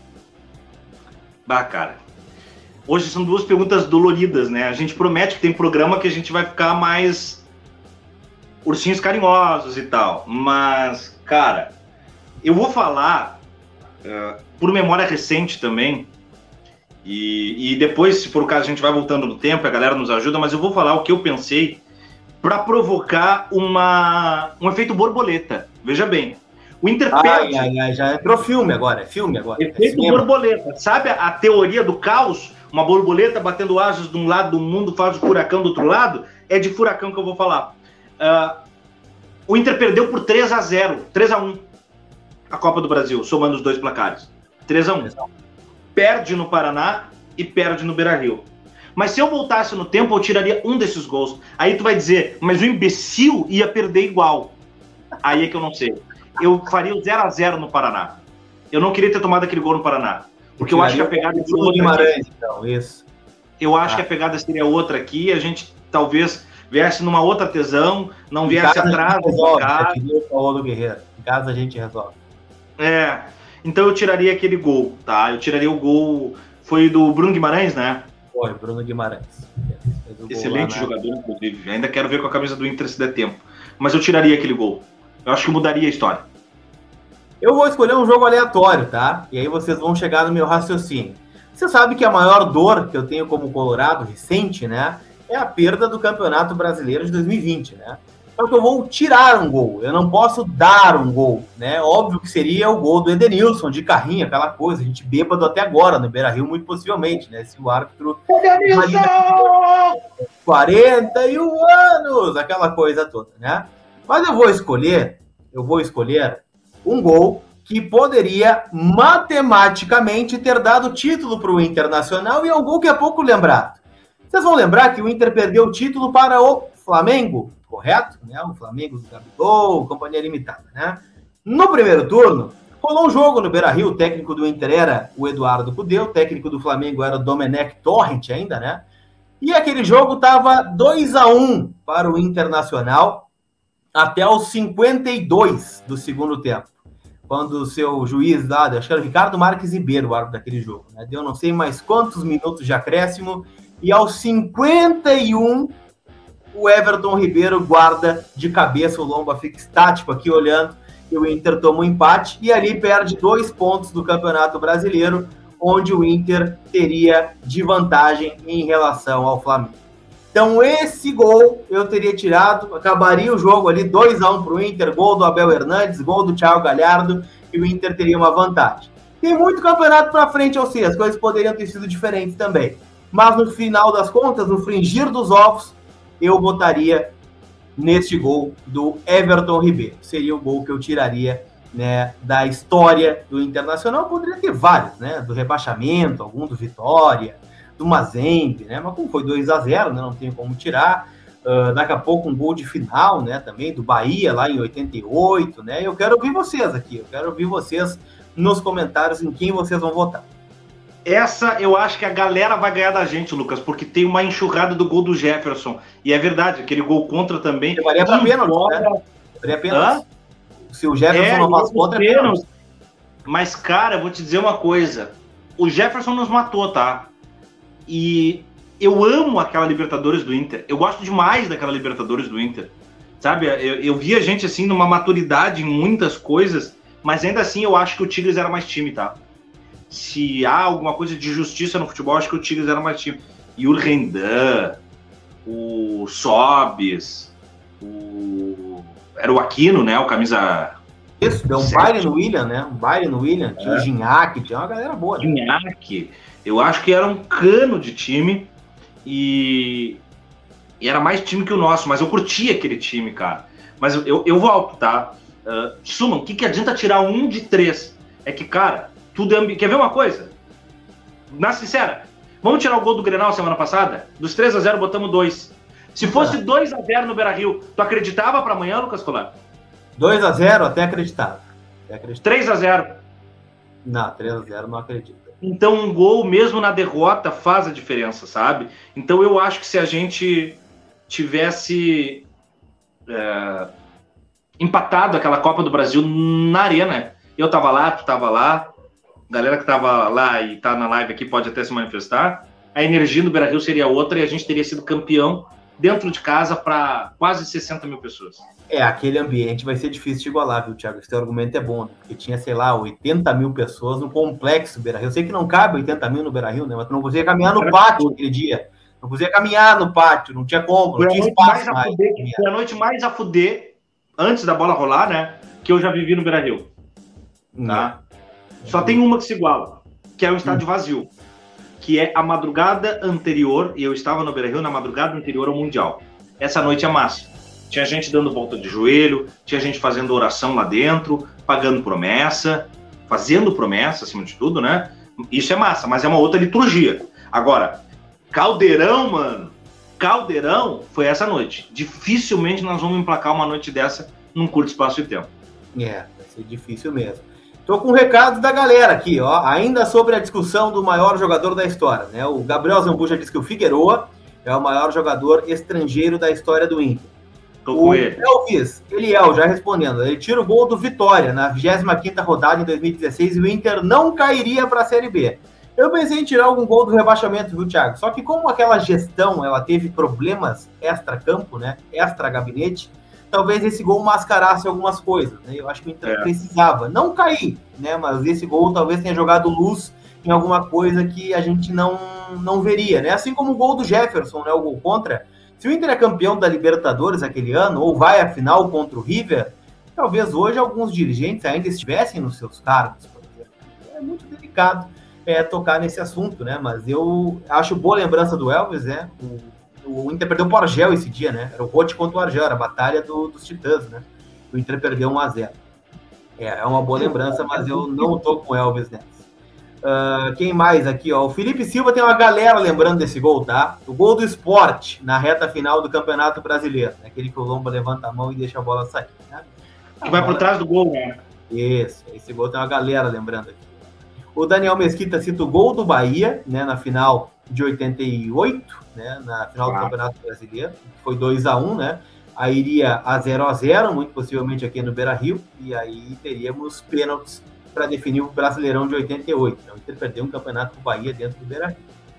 Bah, cara. Hoje são duas perguntas doloridas, né? A gente promete que tem programa que a gente vai ficar mais ursinhos carinhosos e tal. Mas, cara, eu vou falar por memória recente também. E depois, se for o caso, a gente vai voltando no tempo, a galera nos ajuda, mas eu vou falar o que eu pensei para provocar um efeito borboleta. Veja bem. O Inter perde. Já entrou filme agora, Efeito borboleta. Sabe a teoria do caos? Uma borboleta batendo asas de um lado do mundo faz o furacão do outro lado? É de furacão que eu vou falar. O Inter perdeu por 3-0, 3-1 a Copa do Brasil, somando os dois placares. 3-1. Perde no Paraná e perde no Beira-Rio. Mas se eu voltasse no tempo, eu tiraria um desses gols. Aí tu vai dizer, mas o imbecil ia perder igual. Aí é que eu não sei. Eu faria o 0-0 no Paraná. Eu não queria ter tomado aquele gol no Paraná. Porque eu acho que a pegada seria outra Guimarães, então, isso. Eu acho que a pegada seria outra aqui. A gente talvez viesse numa outra tesão, não viesse atrás do cara. Em casa a gente resolve. Então eu tiraria aquele gol, tá? Eu tiraria o gol. Foi do Bruno Guimarães, né? Foi, Bruno Guimarães. Excelente jogador, inclusive. Ainda quero ver com a camisa do Inter se der tempo. Mas eu tiraria aquele gol. Eu acho que mudaria a história. Eu vou escolher um jogo aleatório, tá? E aí vocês vão chegar no meu raciocínio. Você sabe que a maior dor que eu tenho como colorado recente, né? É a perda do Campeonato Brasileiro de 2020, né? Só que eu vou tirar um gol. Eu não posso dar um gol, né? Óbvio que seria o gol do Edenilson, de carrinho, aquela coisa. A gente bêbado até agora no Beira-Rio, muito possivelmente, né? Se o árbitro... Edenilson! 41 anos! Aquela coisa toda, né? Mas eu vou escolher um gol que poderia matematicamente ter dado título para o Internacional e é um gol que é pouco lembrado. Vocês vão lembrar que o Inter perdeu o título para o Flamengo, correto? Né? O Flamengo do Gabigol, companhia limitada, né? No primeiro turno, rolou um jogo no Beira-Rio, o técnico do Inter era o Eduardo Cudê, o técnico do Flamengo era o Domenech Torrent ainda, né? E aquele jogo estava 2-1 para o Internacional até os 52 do segundo tempo, quando o seu juiz lá, acho que era o Ricardo Marques Ribeiro, o árbitro daquele jogo, né? Deu não sei mais quantos minutos de acréscimo, e aos 51, o Everton Ribeiro guarda de cabeça, o Lomba fica estático aqui olhando, e o Inter toma um empate, e ali perde 2 pontos do Campeonato Brasileiro, onde o Inter teria de vantagem em relação ao Flamengo. Então esse gol eu teria tirado, acabaria o jogo ali 2-1 para o Inter, gol do Abel Hernandes, gol do Thiago Galhardo, e o Inter teria uma vantagem. Tem muito campeonato para frente, ou seja, as coisas poderiam ter sido diferentes também. Mas no final das contas, no fringir dos ovos, eu votaria neste gol do Everton Ribeiro. Seria o gol que eu tiraria, né, da história do Internacional. Poderia ter vários, né, do rebaixamento, algum do Vitória, do Mazembe, né? Mas como foi 2-0, né? Não tenho como tirar. Daqui a pouco um gol de final, né? Também do Bahia lá em 88, né? Eu quero ouvir vocês aqui. Eu quero ouvir vocês nos comentários em quem vocês vão votar. Essa eu acho que a galera vai ganhar da gente, Lucas, porque tem uma enxurrada do gol do Jefferson. E é verdade, aquele gol contra também. Levaria para pênalti, né? Levaria pênalti. Se o Jefferson não faz contra, é pênalti. Mas, cara, eu vou te dizer uma coisa. O Jefferson nos matou, tá? E eu amo aquela Libertadores do Inter. Eu gosto demais daquela Libertadores do Inter. Sabe? Eu vi a gente, assim, numa maturidade em muitas coisas, mas ainda assim eu acho que o Tigres era mais time, tá? Se há alguma coisa de justiça no futebol, acho que o Tigres era mais time. E o Rendan, o Sobis, era o Aquino, né? O camisa Isso, deu um baile no William, né? Um baile no William. Tinha o Gignac, tinha uma galera boa. Né? Gignac, eu acho que era um cano de time e era mais time que o nosso, mas eu curtia aquele time, cara. Mas eu volto, tá? Suman, o que adianta tirar 1 de 3? É que, cara, tudo é... Quer ver uma coisa? Na sincera, vamos tirar o gol do Grenal semana passada? Dos 3-0 botamos 2. Se fosse 2-0 no Beira-Rio, tu acreditava pra amanhã, Lucas Colar? 2-0 até acreditava. 3-0. Não, 3-0 não acredito. Então um gol, mesmo na derrota, faz a diferença, sabe? Então eu acho que se a gente tivesse empatado aquela Copa do Brasil na Arena, eu tava lá, tu tava lá, a galera que tava lá e tá na live aqui pode até se manifestar, a energia do Beira-Rio seria outra e a gente teria sido campeão dentro de casa para quase 60 mil pessoas. Aquele ambiente vai ser difícil de igualar, viu, Thiago? Esse teu argumento é bom, né? Porque tinha, sei lá, 80 mil pessoas no complexo Beira-Rio. Eu sei que não cabe 80 mil no Beira-Rio, né? Mas tu não conseguia caminhar no pátio aquele dia. Não conseguia caminhar no pátio, não tinha como, não tinha espaço mais. Foi a noite mais a fuder, antes da bola rolar, né? Que eu já vivi no Beira-Rio. Tá? Só tem uma que se iguala, que é o estádio vazio. Que é a madrugada anterior, e eu estava no Beira-Rio na madrugada anterior ao Mundial. Essa noite é massa. Tinha gente dando volta de joelho, tinha gente fazendo oração lá dentro, pagando promessa, fazendo promessa, acima de tudo, né? Isso é massa, mas é uma outra liturgia. Agora, Caldeirão, mano, Caldeirão foi essa noite. Dificilmente nós vamos emplacar uma noite dessa num curto espaço de tempo. Vai ser difícil mesmo. Tô com um recado da galera aqui, ó, ainda sobre a discussão do maior jogador da história, né? O Gabriel Zambuja diz que o Figueroa é o maior jogador estrangeiro da história do Inter. O Elvis, Eliel, já respondendo, ele tira o gol do Vitória na 25ª rodada em 2016 e o Inter não cairia para a Série B. Eu pensei em tirar algum gol do rebaixamento, viu, Thiago? Só que como aquela gestão, ela teve problemas extra-campo, né? Extra-gabinete, talvez esse gol mascarasse algumas coisas, né? Eu acho que o Inter precisava não cair, né? Mas esse gol talvez tenha jogado luz em alguma coisa que a gente não veria, né? Assim como o gol do Jefferson, né? O gol contra. Se o Inter é campeão da Libertadores aquele ano, ou vai à final contra o River, talvez hoje alguns dirigentes ainda estivessem nos seus cargos, por exemplo. É muito delicado tocar nesse assunto, né? Mas eu acho boa lembrança do Elvis, né? O Inter perdeu para o Argel esse dia, né? Era o Rote contra o Argel, era a batalha dos Titãs, né? O Inter perdeu 1-0. É uma boa lembrança, mas eu não tô com o Elvis nessa. Quem mais aqui, ó? O Felipe Silva tem uma galera lembrando desse gol, tá? O gol do Sport na reta final do Campeonato Brasileiro. Aquele que o Lomba levanta a mão e deixa a bola sair, né? Que vai por trás do gol, né? Isso, esse gol tem uma galera lembrando aqui. O Daniel Mesquita cita o gol do Bahia, né? Na final de 88, né? Na final do Campeonato Brasileiro. Foi 2-1, né? Aí iria a 0-0, muito possivelmente aqui no Beira-Rio. E aí teríamos pênaltis para definir o Brasileirão de 88. Então, o Inter perdeu um campeonato com o Bahia dentro do Beira-Rio.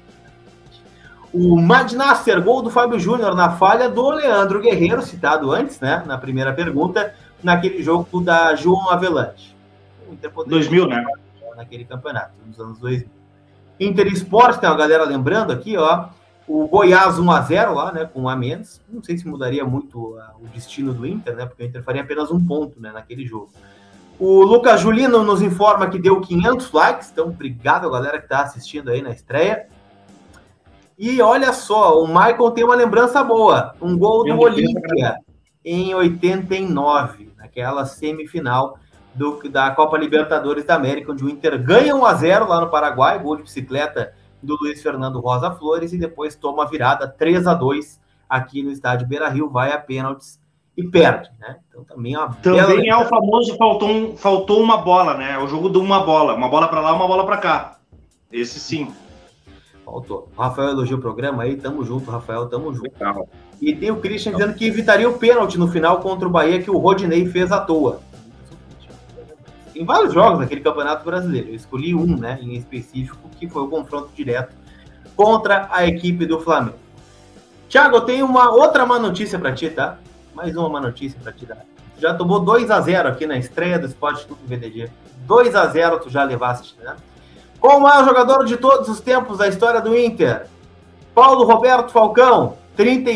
O Madnasser, gol do Fábio Júnior na falha do Leandro Guerreiro, citado antes, né, na primeira pergunta, naquele jogo da João Avelange. O Inter 2000, né? Naquele campeonato, nos anos 2000. Inter Esporte, tem uma galera lembrando aqui, ó, o Goiás 1-0 lá, né, com um a menos. Não sei se mudaria muito o destino do Inter, né, porque o Inter faria apenas um ponto, né, naquele jogo. O Lucas Julino nos informa que deu 500 likes, então obrigado a galera que está assistindo aí na estreia. E olha só, o Michael tem uma lembrança boa, um gol do Olímpia em 89, naquela semifinal da Copa Libertadores da América, onde o Inter ganha 1-0 lá no Paraguai, gol de bicicleta do Luiz Fernando Rosa Flores, e depois toma a virada 3-2 aqui no estádio Beira-Rio, vai a pênaltis e perde, né? Então também é o famoso faltou uma bola, né? O jogo de uma bola para lá, uma bola para cá. Esse sim. Faltou. O Rafael elogiou o programa aí, tamo junto, Rafael, tamo junto. Legal. E tem o Christian dizendo que evitaria o pênalti no final contra o Bahia que o Rodinei fez à toa. Tem vários jogos naquele Campeonato Brasileiro. Eu escolhi um, né, em específico, que foi o confronto direto contra a equipe do Flamengo. Thiago, eu tenho uma outra má notícia para ti, tá? Mais uma má notícia para te dar. Já tomou 2-0 aqui na estreia do Sport Clube VDG. 2-0 tu já levaste, né? Qual o maior jogador de todos os tempos da história do Inter? Paulo Roberto Falcão,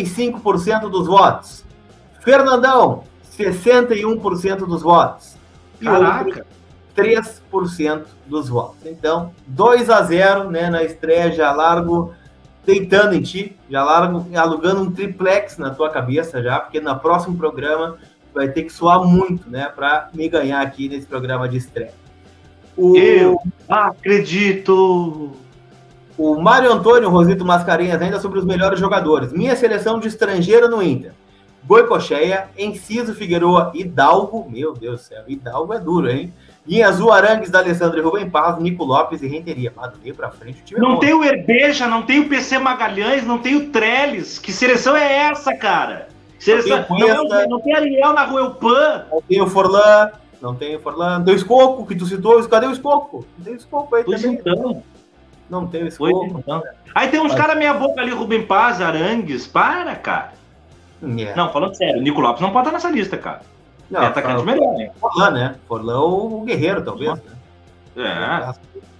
35% dos votos. Fernandão, 61% dos votos. e outro 3% dos votos. Então, 2-0, né, na estreia, já largo deitando em ti, já largo alugando um triplex na tua cabeça já, porque no próximo programa vai ter que suar muito, né, para me ganhar aqui nesse programa de estreia. Eu acredito! O Mário Antônio Rosito Mascarenhas, ainda sobre os melhores jogadores. Minha seleção de estrangeiro no Inter. Goicoechea, Enciso, Figueroa, Hidalgo. Meu Deus do céu, Hidalgo é duro, hein? Linha Azul, Arangues, D'Alessandro e Rubem Paz, Nico Lopes e Renteria. Mas do meio pra frente o time não tem o Herbeja, não tem o PC Magalhães, não tem o Trellis. Que seleção é essa, cara? Seleção... Não tem Ariel na Rua Elpan. Não tem o Forlan. Não tem o Escoco, que tu citou. Cadê o Escoco? Não tem o Escoco aí pois também. Então. Não tem o Escoco. Então. Aí tem uns caras meia boca ali, Rubem Paz, Arangues. Para, cara. Yeah. Não, falando sério, o Nico Lopes não pode estar nessa lista, cara. Não, é atacante melhor, né? Forlan, né? Forlan ou o Guerreiro, talvez. Né?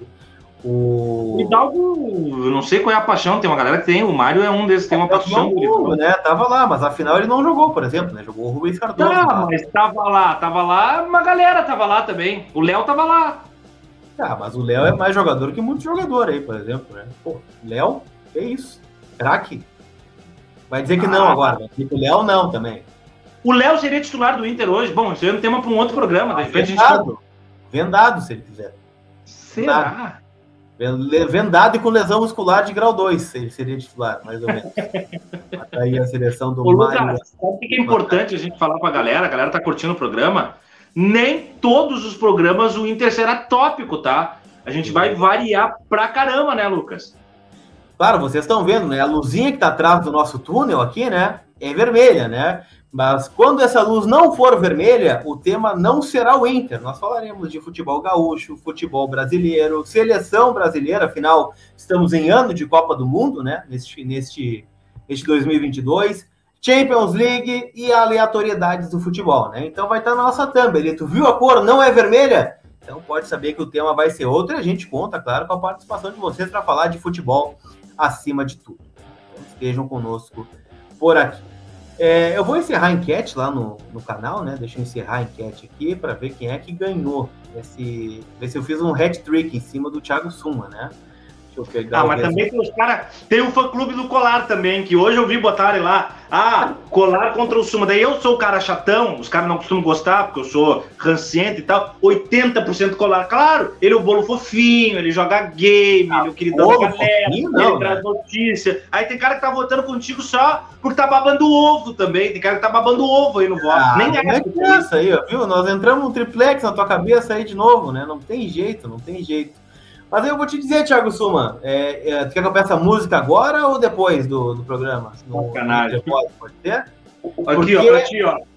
O Hidalgo, eu não sei qual é a paixão, tem uma galera que tem, o Mário é um desses, tem uma paixão. Né? Tava lá, mas afinal ele não jogou, por exemplo, né? Jogou o Rubens Cardoso. Mas tava lá, uma galera tava lá também. O Léo tava lá. Mas o Léo é mais jogador que muitos jogadores aí, por exemplo, né? Pô, Léo, que isso? Craque? Vai dizer que não agora, vai dizer que o Léo não também. O Léo seria titular do Inter hoje. Bom, isso aí é um tema para um outro programa. De repente vendado, se ele quiser. Será? Vendado e com lesão muscular de grau 2, ele seria titular, mais ou menos. Aí a seleção do Mário. Lucas, sabe o que é importante a gente falar para a galera tá curtindo o programa? Nem todos os programas o Inter será tópico, tá? A gente vai variar pra caramba, né, Lucas? Claro, vocês estão vendo, né? A luzinha que tá atrás do nosso túnel aqui, né? É vermelha, né? Mas quando essa luz não for vermelha, o tema não será o Inter. Nós falaremos de futebol gaúcho, futebol brasileiro, seleção brasileira. Afinal, estamos em ano de Copa do Mundo, né? Neste 2022. Champions League e aleatoriedades do futebol, né? Então vai estar na nossa thumb. Tu viu a cor? Não é vermelha? Então pode saber que o tema vai ser outro e a gente conta, claro, com a participação de vocês para falar de futebol acima de tudo. Então, estejam conosco por aqui. Eu vou encerrar a enquete lá no canal, né? Deixa eu encerrar a enquete aqui para ver quem é que ganhou. Ver se eu fiz um hat-trick em cima do Thiago Suma, né? Deixa eu pegar mas também tem os caras... Tem o fã-clube do Colar também, que hoje eu vi botarem lá. Colar contra o Suma. Daí eu sou o cara chatão, os caras não costumam gostar, porque eu sou ranciento e tal. 80% Colar. Claro, ele é o bolo fofinho, ele joga game, ele é o queridão da galera, ele traz notícia. Aí tem cara que tá votando contigo só porque tá babando ovo também. Tem cara que tá babando ovo aí no voto. Nem é que é isso aí, ó, viu? Nós entramos um triplex na tua cabeça aí de novo, né? Não tem jeito. Mas eu vou te dizer, Thiago Suma, tu quer que eu peça música agora ou depois do programa? Canalha. Pode ser? Aqui, ó, pra ti, ó.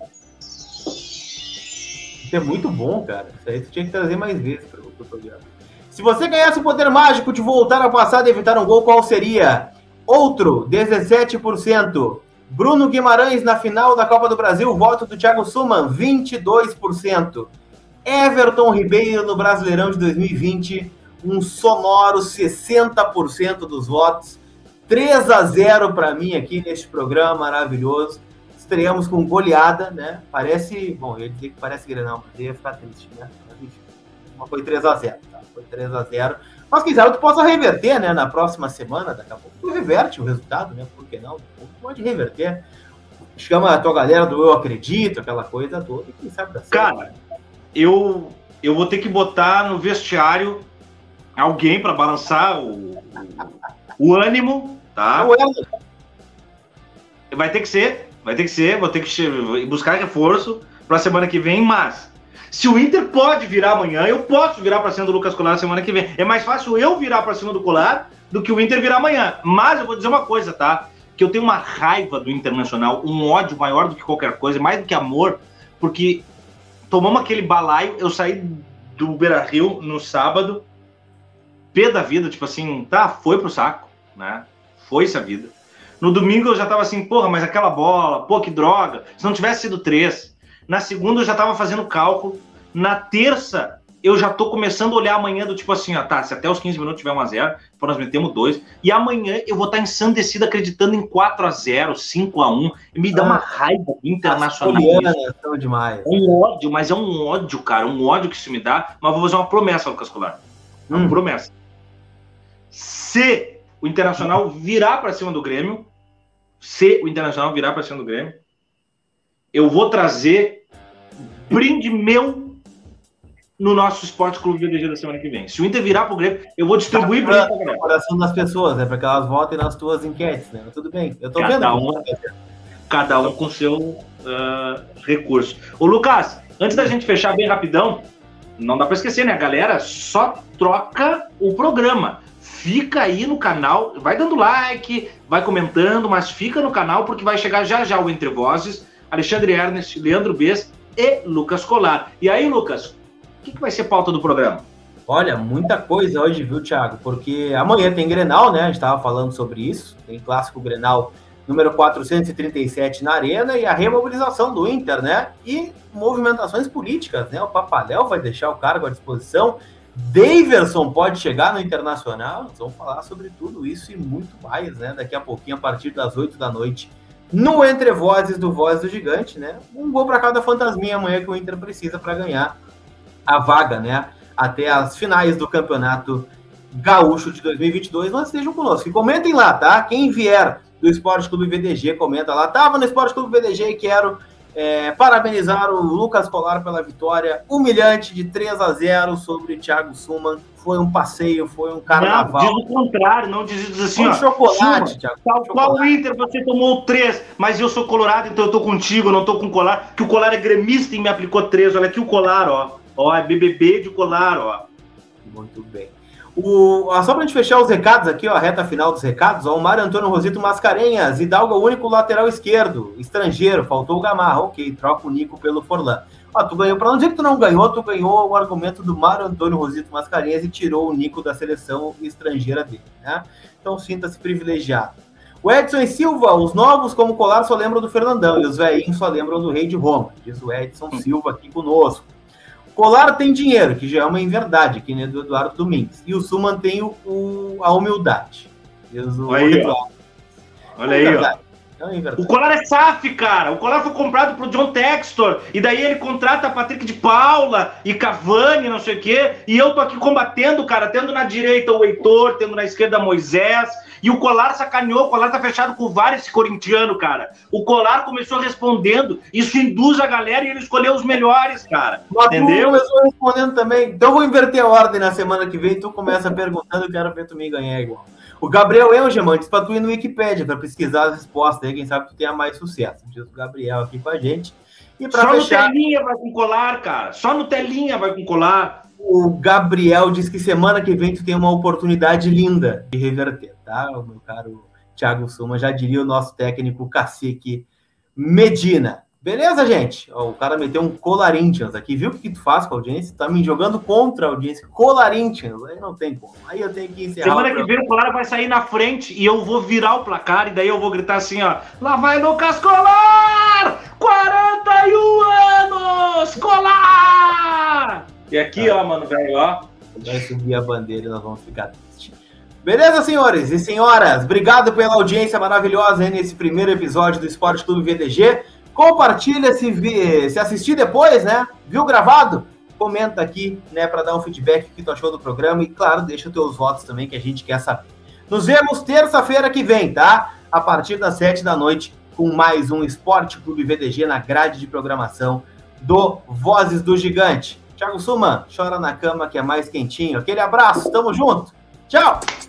Isso é muito bom, cara. Isso aí tu tinha que trazer mais vezes pro programa. Se você ganhasse o poder mágico de voltar ao passado e evitar um gol, qual seria? Outro, 17%. Bruno Guimarães na final da Copa do Brasil, voto do Thiago Suma, 22%. Everton Ribeiro no Brasileirão de 2020, um sonoro 60% dos votos, 3-0 para mim aqui neste programa maravilhoso. Estreamos com goleada, né? Parece, bom, eu ia dizer que parece Grenal, mas ia ficar triste, né? Mas enfim, foi 3-0, tá? Foi 3-0. Mas quem sabe tu possa reverter, né? Na próxima semana, daqui a pouco tu reverte o resultado, né? Por que não? Tu pode reverter. Chama a tua galera do Eu Acredito, aquela coisa toda, e quem sabe dá certo. Cara, eu vou ter que botar no vestiário alguém para balançar o ânimo, tá? Vai ter que ser, vou ter que buscar reforço para a semana que vem, mas se o Inter pode virar amanhã, eu posso virar para cima do Lucas Colar semana que vem. É mais fácil eu virar para cima do Colar do que o Inter virar amanhã. Mas eu vou dizer uma coisa, tá? Que eu tenho uma raiva do Internacional, um ódio maior do que qualquer coisa, mais do que amor, porque tomamos aquele balaio, eu saí do Beira-Rio no sábado, pé da vida, tipo assim, tá, foi pro saco, né? Foi-se a vida. No domingo eu já tava assim, porra, mas aquela bola, pô, que droga. Se não tivesse sido 3. Na segunda eu já tava fazendo cálculo. Na terça eu já tô começando a olhar amanhã do tipo assim, ó, tá, se até os 15 minutos tiver 1-0, nós metemos 2, e amanhã eu vou estar ensandecido acreditando em 4-0, 5-1, me dá uma raiva internacional. São demais. Um ódio, mas é um ódio, cara, um ódio que isso me dá, mas vou fazer uma promessa, Lucas Colar. Uma promessa. Se o Internacional virar para cima do Grêmio, eu vou trazer brinde meu no nosso Esporte Clube VDG da semana que vem. Se o Inter virar pro Grêmio, eu vou distribuir brinde pra galera. O coração das pessoas, para que elas votem nas tuas enquetes, né? Mas tudo bem, eu tô vendo. Cada um com seu recurso. Ô, Lucas, antes da gente fechar bem rapidão, não dá para esquecer, né? A galera só troca o programa. Fica aí no canal, vai dando like, vai comentando, mas fica no canal porque vai chegar já o Entre Vozes, Alexandre Ernest, Leandro Bess e Lucas Colar. E aí, Lucas, o que vai ser pauta do programa? Olha, muita coisa hoje, viu, Thiago? Porque amanhã tem Grenal, né? A gente estava falando sobre isso. Tem Clássico Grenal número 437 na Arena e a remobilização do Inter, né? E movimentações políticas, né? O Papaléu vai deixar o cargo à disposição. Daverson pode chegar no Internacional. Nós vamos falar sobre tudo isso e muito mais, né? Daqui a pouquinho, a partir das 8 da noite, no Entre Vozes do Voz do Gigante, né? Um gol para cada fantasminha amanhã que o Inter precisa para ganhar a vaga, né, até as finais do Campeonato Gaúcho de 2022, mas estejam conosco. E comentem lá, tá? Quem vier do Esporte Clube VDG, comenta lá. Tava no Esporte Clube VDG e quero parabenizar o Lucas Colar pela vitória humilhante de 3-0 sobre o Thiago Suman. Foi um passeio, foi um carnaval. Não, diz o contrário, não diz assim, ó. Chocolate, Thiago. Tal qual o Inter, você tomou 3, mas eu sou colorado, então eu tô contigo, eu não tô com o Colar, que o Colar é gremista e me aplicou 3. Olha aqui o Colar, ó. Ó, é BBB de Colar, ó. Muito bem. Só pra gente fechar os recados aqui, ó, a reta final dos recados, ó, o Mário Antônio Rosito Mascarenhas, Hidalgo é o único lateral esquerdo, estrangeiro, faltou o Gamarra, ok, troca o Nico pelo Forlan. Ó, tu ganhou, pra não dizer que tu não ganhou, tu ganhou o argumento do Mário Antônio Rosito Mascarenhas e tirou o Nico da seleção estrangeira dele, né? Então sinta-se privilegiado. O Edson e Silva, os novos como Colar só lembram do Fernandão e os velhinhos só lembram do Rei de Roma, diz o Edson Silva aqui conosco. Colar tem dinheiro, que já é uma inverdade, que nem do Eduardo Domingues. E o Suman tem a humildade. Olha aí, ó. O Colar é SAF, cara. O Colar foi comprado pro John Textor. E daí ele contrata Patrick de Paula e Cavani, não sei o quê. E eu tô aqui combatendo, cara. Tendo na direita o Heitor, tendo na esquerda Moisés. E o Colar sacaneou. O Colar tá fechado com vários corintiano, cara. O Colar começou respondendo. Isso induz a galera e ele escolheu os melhores, cara. Entendeu? Tu começou respondendo também. Então eu vou inverter a ordem na semana que vem. Tu começa perguntando, eu quero ver tu me ganhar igual. O Gabriel Engelman diz pra tu ir no Wikipedia para pesquisar as respostas aí, quem sabe tu tenha mais sucesso. Diz o Gabriel aqui com a gente. E pra só fechar... no Telinha vai com Colar, cara. Só no Telinha vai com Colar. O Gabriel diz que semana que vem tu tem uma oportunidade linda de reverter, tá? O meu caro Thiago Suman, já diria o nosso técnico Cacique Medina. Beleza, gente? Ó, o cara meteu um Colarintians aqui. Viu o que tu faz com a audiência? Tá me jogando contra a audiência. Colarintians. Aí não tem como. Aí eu tenho que encerrar. Semana que vem o Colar vai sair na frente e eu vou virar o placar e daí eu vou gritar assim, ó. Lá vai Lucas Colar! 41 anos! Colar! E aqui, ó, mano, velho, ó. Vai subir a bandeira e nós vamos ficar tristes. Beleza, senhores e senhoras? Obrigado pela audiência maravilhosa aí nesse primeiro episódio do Esporte Clube VDG. Compartilha se assistir depois, né? Viu gravado? Comenta aqui, né, para dar um feedback do que tu achou do programa e, claro, deixa os teus votos também que a gente quer saber. Nos vemos terça-feira que vem, tá? A partir das 7 da noite com mais um Esporte Clube VDG na grade de programação do Vozes do Gigante. Thiago Suman, chora na cama que é mais quentinho. Aquele abraço, tamo junto. Tchau!